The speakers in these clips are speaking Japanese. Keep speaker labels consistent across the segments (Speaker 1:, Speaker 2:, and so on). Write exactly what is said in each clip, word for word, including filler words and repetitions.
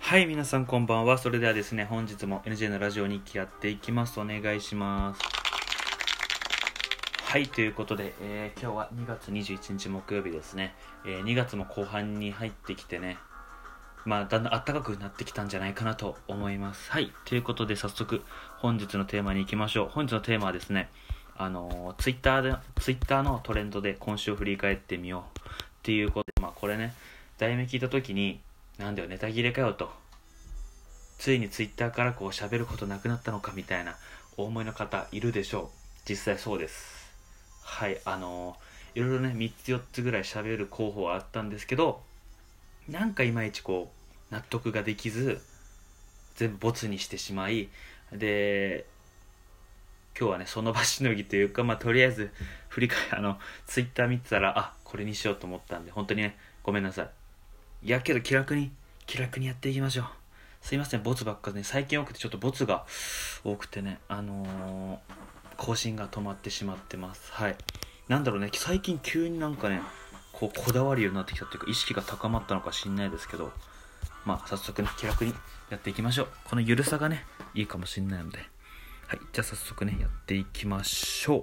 Speaker 1: はい、皆さんこんばんは。それではですね、本日も エヌジェー のラジオ日記やっていきます。お願いします。はい、ということで、えー、今日はにがつにじゅういちにち木曜日ですね。えー、にがつも後半に入ってきてね、まあだんだん暖かくなってきたんじゃないかなと思います。はい、ということで早速本日のテーマに行きましょう。本日のテーマはですね、あのー、ツイッターでツイッターのトレンドで今週を振り返ってみようっていうことで、まあこれね、題名聞いた時になんだよネタ切れかよと、ついにツイッターからこう喋ることなくなったのかみたいなお思いの方いるでしょう。実際そうです。はい、あのー、いろいろねみっつよっつぐらい喋る候補はあったんですけど、なんかいまいちこう納得ができず全部ボツにしてしまい、で今日はねその場しのぎというか、まあとりあえず振り返あのツイッター見てたら、あこれにしようと思ったんで本当にねごめんなさい。いやけど気楽に気楽にやっていきましょう。すいません、ボツばっかでね、最近多くてちょっとボツが多くてね、あのー、更新が止まってしまってます。はい、なんだろうね、最近急になんかねこうこだわるようになってきたっていうか、意識が高まったのか知んないですけど、まあ早速ね気楽にやっていきましょう。このゆるさがねいいかもしんないので、はい、じゃあ早速ねやっていきましょう。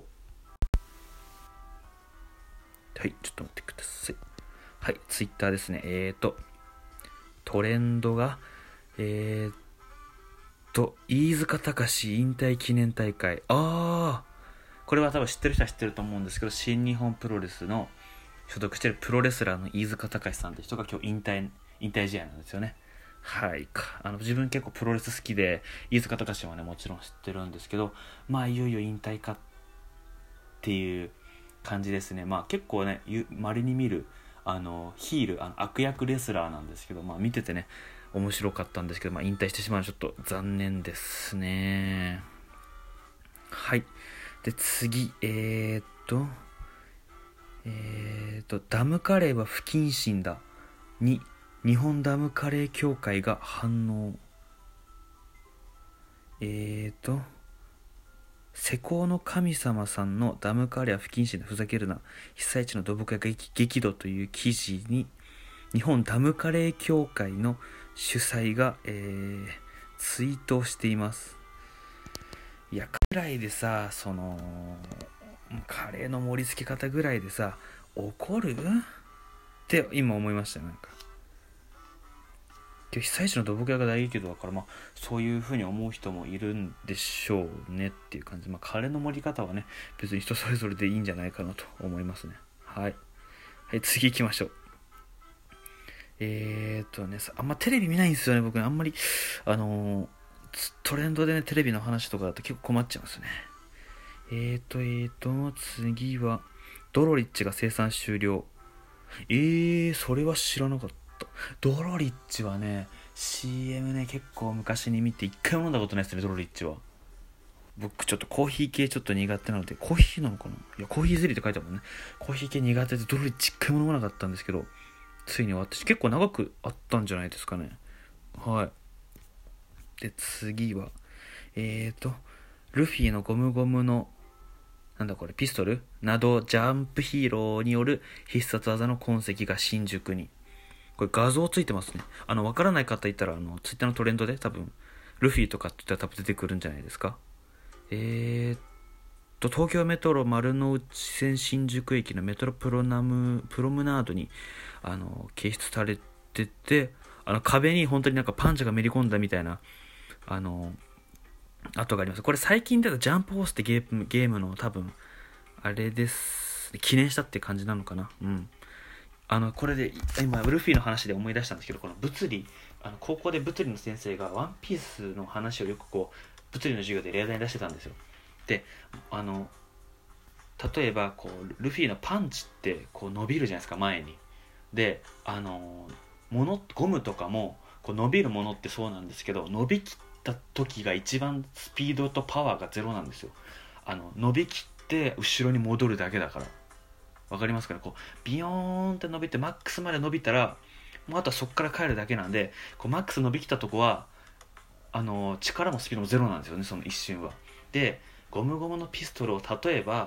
Speaker 1: はい、ちょっと待ってください。はい、ツイッターですね。えーとトレンドがえーと飯塚隆引退記念大会。ああ、これは多分知ってる人は知ってると思うんですけど、新日本プロレスの所属しているプロレスラーの飯塚隆さんって人が今日引退引退試合なんですよね。はいか、あの自分結構プロレス好きで飯塚隆はねもちろん知ってるんですけど、まあいよいよ引退かっていう感じですね。まあ結構ね稀に見るあのヒール、あの悪役レスラーなんですけど、まあ見ててね面白かったんですけど、まあ引退してしまうのはちょっと残念ですね。はい、で次えー、っとえー、っとダムカレーは不謹慎だに日本ダムカレー協会が反応。えーと施工の神様さんのダムカレーは不謹慎だ、ふざけるな、被災地の土木が 激, 激怒という記事に日本ダムカレー協会の主催が、えー、ツイートをしています。いやくらいでさ、そのカレーの盛り付け方ぐらいでさ怒るって今思いましたよ。なんか被災地の土木屋が大激怒だから、まあそういう風に思う人もいるんでしょうねっていう感じ。まあカレーの盛り方はね別に人それぞれでいいんじゃないかなと思いますね。はい、はい、次行きましょう。えーっとねあんまテレビ見ないんですよね僕ね。あんまりあのー、トレンドでねテレビの話とかだと結構困っちゃいますね。えーとえーと次はドロリッチが生産終了。えーそれは知らなかった。ドロリッチはね シーエム ね結構昔に見て一回も飲んだことないですね。ドロリッチは僕ちょっとコーヒー系ちょっと苦手なので、コーヒーなのかな、いやコーヒーゼリーって書いてあるもんね。コーヒー系苦手でドロリッチ一回も飲まなかったんですけど、ついに終わって結構長くあったんじゃないですかね。はい、で次はえーとルフィのゴムゴムのなんだこれピストルなどジャンプヒーローによる必殺技の痕跡が新宿に。これ画像ついてますね。あの分からない方いたらあのツイッターのトレンドで多分ルフィとかって言ったら多分出てくるんじゃないですか。えーっと東京メトロ丸の内線新宿駅のメトロプロナムプロムナードにあの掲出されてて、あの壁に本当になんかパンチがめり込んだみたいなあの跡があります。これ最近出たジャンプホースってゲームゲームの多分あれです。記念したって感じなのかな。うん。あのこれで今ルフィの話で思い出したんですけど、この物理あの高校で物理の先生がワンピースの話をよくこう物理の授業で例題に出してたんですよ。であの例えばこうルフィのパンチってこう伸びるじゃないですか前に。であのものゴムとかもこう伸びるものってそうなんですけど、伸びきった時が一番スピードとパワーがゼロなんですよ。あの伸びきって後ろに戻るだけだから。わかりますかね。こうビヨーンって伸びてマックスまで伸びたらもうあとはそこから帰るだけなんで、こうマックス伸びきったとこはあの力もスピードもゼロなんですよね、その一瞬は。でゴムゴムのピストルを例えば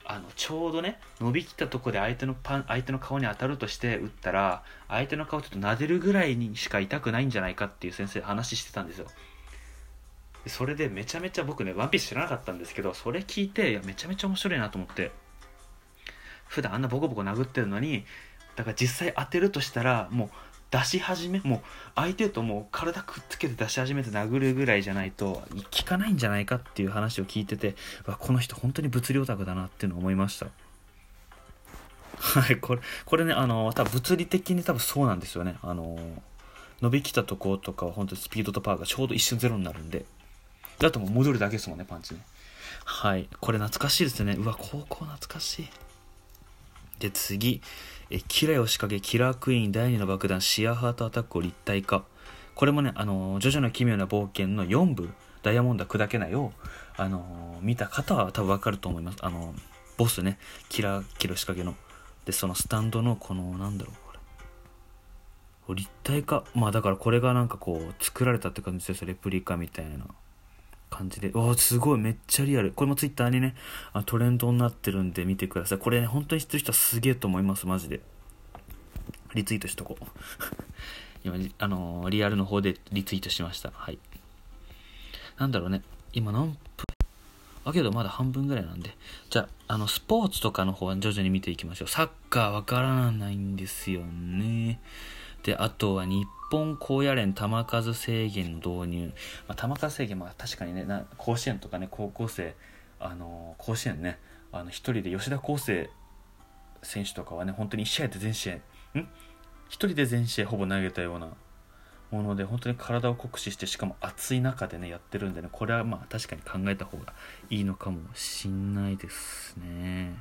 Speaker 1: あのちょうどね伸びきったとこで相手のパン相手の顔に当たるとして打ったら、相手の顔ちょっと撫でるぐらいにしか痛くないんじゃないかっていう先生話してたんですよ。それでめちゃめちゃ僕ねワンピース知らなかったんですけど、それ聞いていやめちゃめちゃ面白いなと思って、普段あんなボコボコ殴ってるのに、だから実際当てるとしたらもう出し始め、もう相手ともう体くっつけて出し始めて殴るぐらいじゃないと効かないんじゃないかっていう話を聞いてて、わこの人本当に物理オタクだなっていうのを思いました。はいこれこれねあの多分物理的に多分そうなんですよね。あの伸びきたとことかは本当にスピードとパワーがちょうど一瞬ゼロになるんで、だともう戻るだけですもんねパンチね。はいこれ懐かしいですね。うわ高校懐かしい。で次えキラヨシカゲキラークイーンだいにの爆弾シアハートアタックを立体化。これもねあのジョジョの奇妙な冒険のよんぶダイヤモンドは砕けないをあの見た方は多分わかると思います。あのボスねキラキラヨシカゲのでそのスタンドのこのなんだろうこれ立体化、まあだからこれがなんかこう作られたって感じですよ。レプリカみたいな感じで、わあすごいめっちゃリアル。これもツイッターにねあトレンドになってるんで見てください。これね本当に知ってる人はすげえと思いますマジで。リツイートしとこう今あのー、リアルの方でリツイートしました。はい、なんだろうね今何分あけどまだ半分ぐらいなんで、じゃああのスポーツとかの方は徐々に見ていきましょう。サッカーわからないんですよね。であとは日本高野連球数制限の導入、まあ、球数制限は確かにねな甲子園とかね高校生あのー、甲子園ねあの一人で吉田康生選手とかはね本当にいち試合で全試合ん一人で全試合ほぼ投げたようなもので、本当に体を酷使してしかも暑い中でねやってるんでね、これはまあ確かに考えた方がいいのかもしんないですね。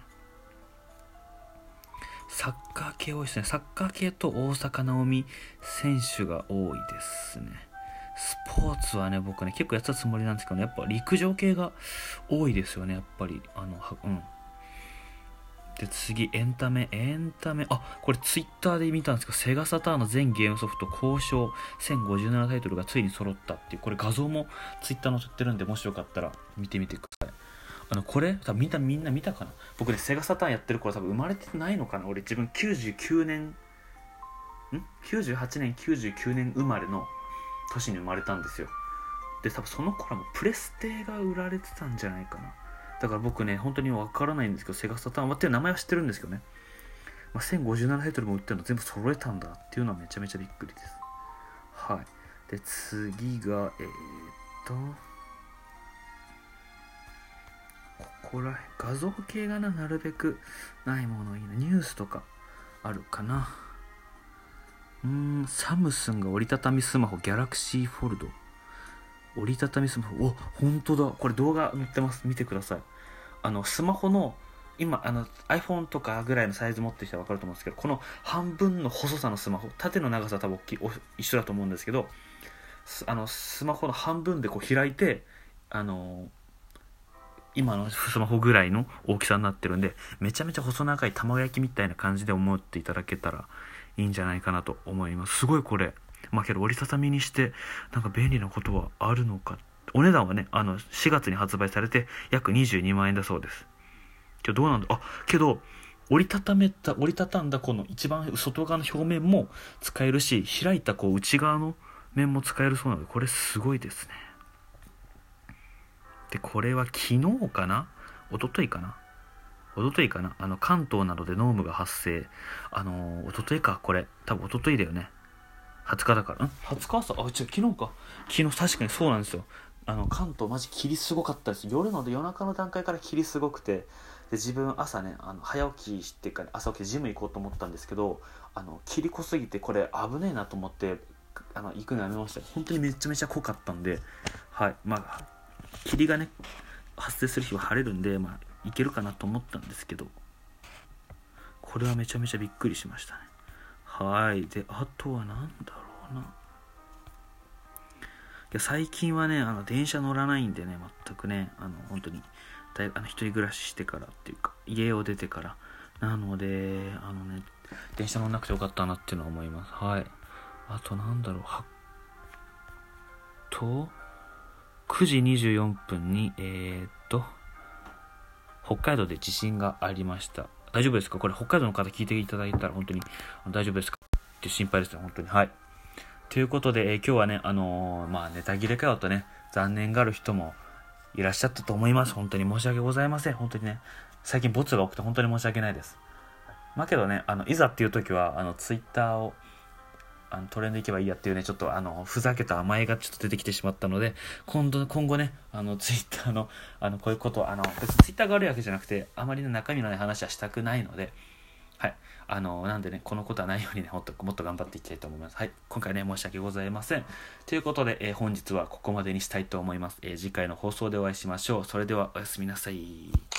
Speaker 1: サッカー系多いですね。サッカー系と大坂なおみ選手が多いですね。スポーツはね僕ね結構やったつもりなんですけどね、やっぱ陸上系が多いですよねやっぱり。あのうんで次エンタメエンタメあこれツイッターで見たんですけど、セガサターンの全ゲームソフト交渉せんごじゅうななタイトルがついに揃ったっていう、これ画像もツイッター載せてるんでもしよかったら見てみてください。あのこれ多分みんなみんな見たかな。僕ねセガサターンやってる頃多分生まれてないのかな。俺自分きゅうじゅうきゅうねんんきゅうじゅうはちねんきゅうじゅうきゅうねん生まれの年に生まれたんですよ。で多分その頃もプレステが売られてたんじゃないかな。だから僕ね本当にわからないんですけど、セガサターンはっていう名前は知ってるんですけどね、まあ、せんごじゅうななタイトルも売ってるの全部揃えたんだっていうのはめちゃめちゃびっくりです。はい。で次がえー、っとここら辺画像系がななるべくないものいいな。ニュースとかあるかな。うーんサムスンが折りたたみスマホギャラクシーフォルド折りたたみスマホ、お本当だこれ動画載ってます、見てください。あのスマホの今あの iPhone とかぐらいのサイズ持ってる人は分かると思うんですけど、この半分の細さのスマホ、縦の長さは多分一緒だと思うんですけど、あのスマホの半分でこう開いてあの今のスマホぐらいの大きさになってるんで、めちゃめちゃ細長い卵焼きみたいな感じで思っていただけたらいいんじゃないかなと思います。すごいこれまあけど折りたたみにしてなんか便利なことはあるのか。お値段はねあのしがつに発売されて約にじゅうにまんえんだそうです。けどどうなんだ、あけど折りたためた折りたたんだこの一番外側の表面も使えるし、開いたこう内側の面も使えるそうなので、これすごいですね。でこれは昨日かな一昨日かな一昨日かなあの関東などで濃霧が発生、あのー、一昨日かこれ多分一昨日だよね。はつかだからんはつか朝あ違う昨日か昨日確かにそうなんですよ。あの関東マジ霧すごかったです。夜の夜中の段階から霧すごくて、で自分朝ねあの早起きしてから朝起きてジム行こうと思ったんですけど、あの霧濃すぎてこれ危ねえなと思ってあの行くのやめました。本当にめちゃめちゃ濃かったんで、はいまあ霧がね発生する日は晴れるんでまあ行けるかなと思ったんですけど、これはめちゃめちゃびっくりしましたね。はいであとはなんだろうな、いや最近はねあの電車乗らないんでね全くねあの本当にだいあの一人暮らししてからっていうか家を出てからなのであのね電車乗らなくてよかったなっていうのは思います。はい。あとなんだろうはとくじにじゅうよんぷんにえー、っと北海道で地震がありました。大丈夫ですか？これ北海道の方聞いていただいたら本当に大丈夫ですかって心配ですね、本当に。はい。ということで、えー、今日はね、あのー、まあ、ネタ切れかよとね、残念がある人もいらっしゃったと思います。本当に申し訳ございません。本当にね、最近ボツが多くて本当に申し訳ないです。まあけどね、あの、いざっていう時は、あの、ツイッターを、あのトレンド行けばいいやっていうね、ちょっとあのふざけた甘えがちょっと出てきてしまったので、今度今後ね、あのツイッターのあのこういうことあの別にツイッターが悪いわけじゃなくて、あまりの中身のない話はしたくないので、はい、あのなんでね、このことはないようにね、もっともっと頑張っていきたいと思います。はい、今回ね申し訳ございません。ということで、えー、本日はここまでにしたいと思います。えー、次回の放送でお会いしましょう。それではおやすみなさい。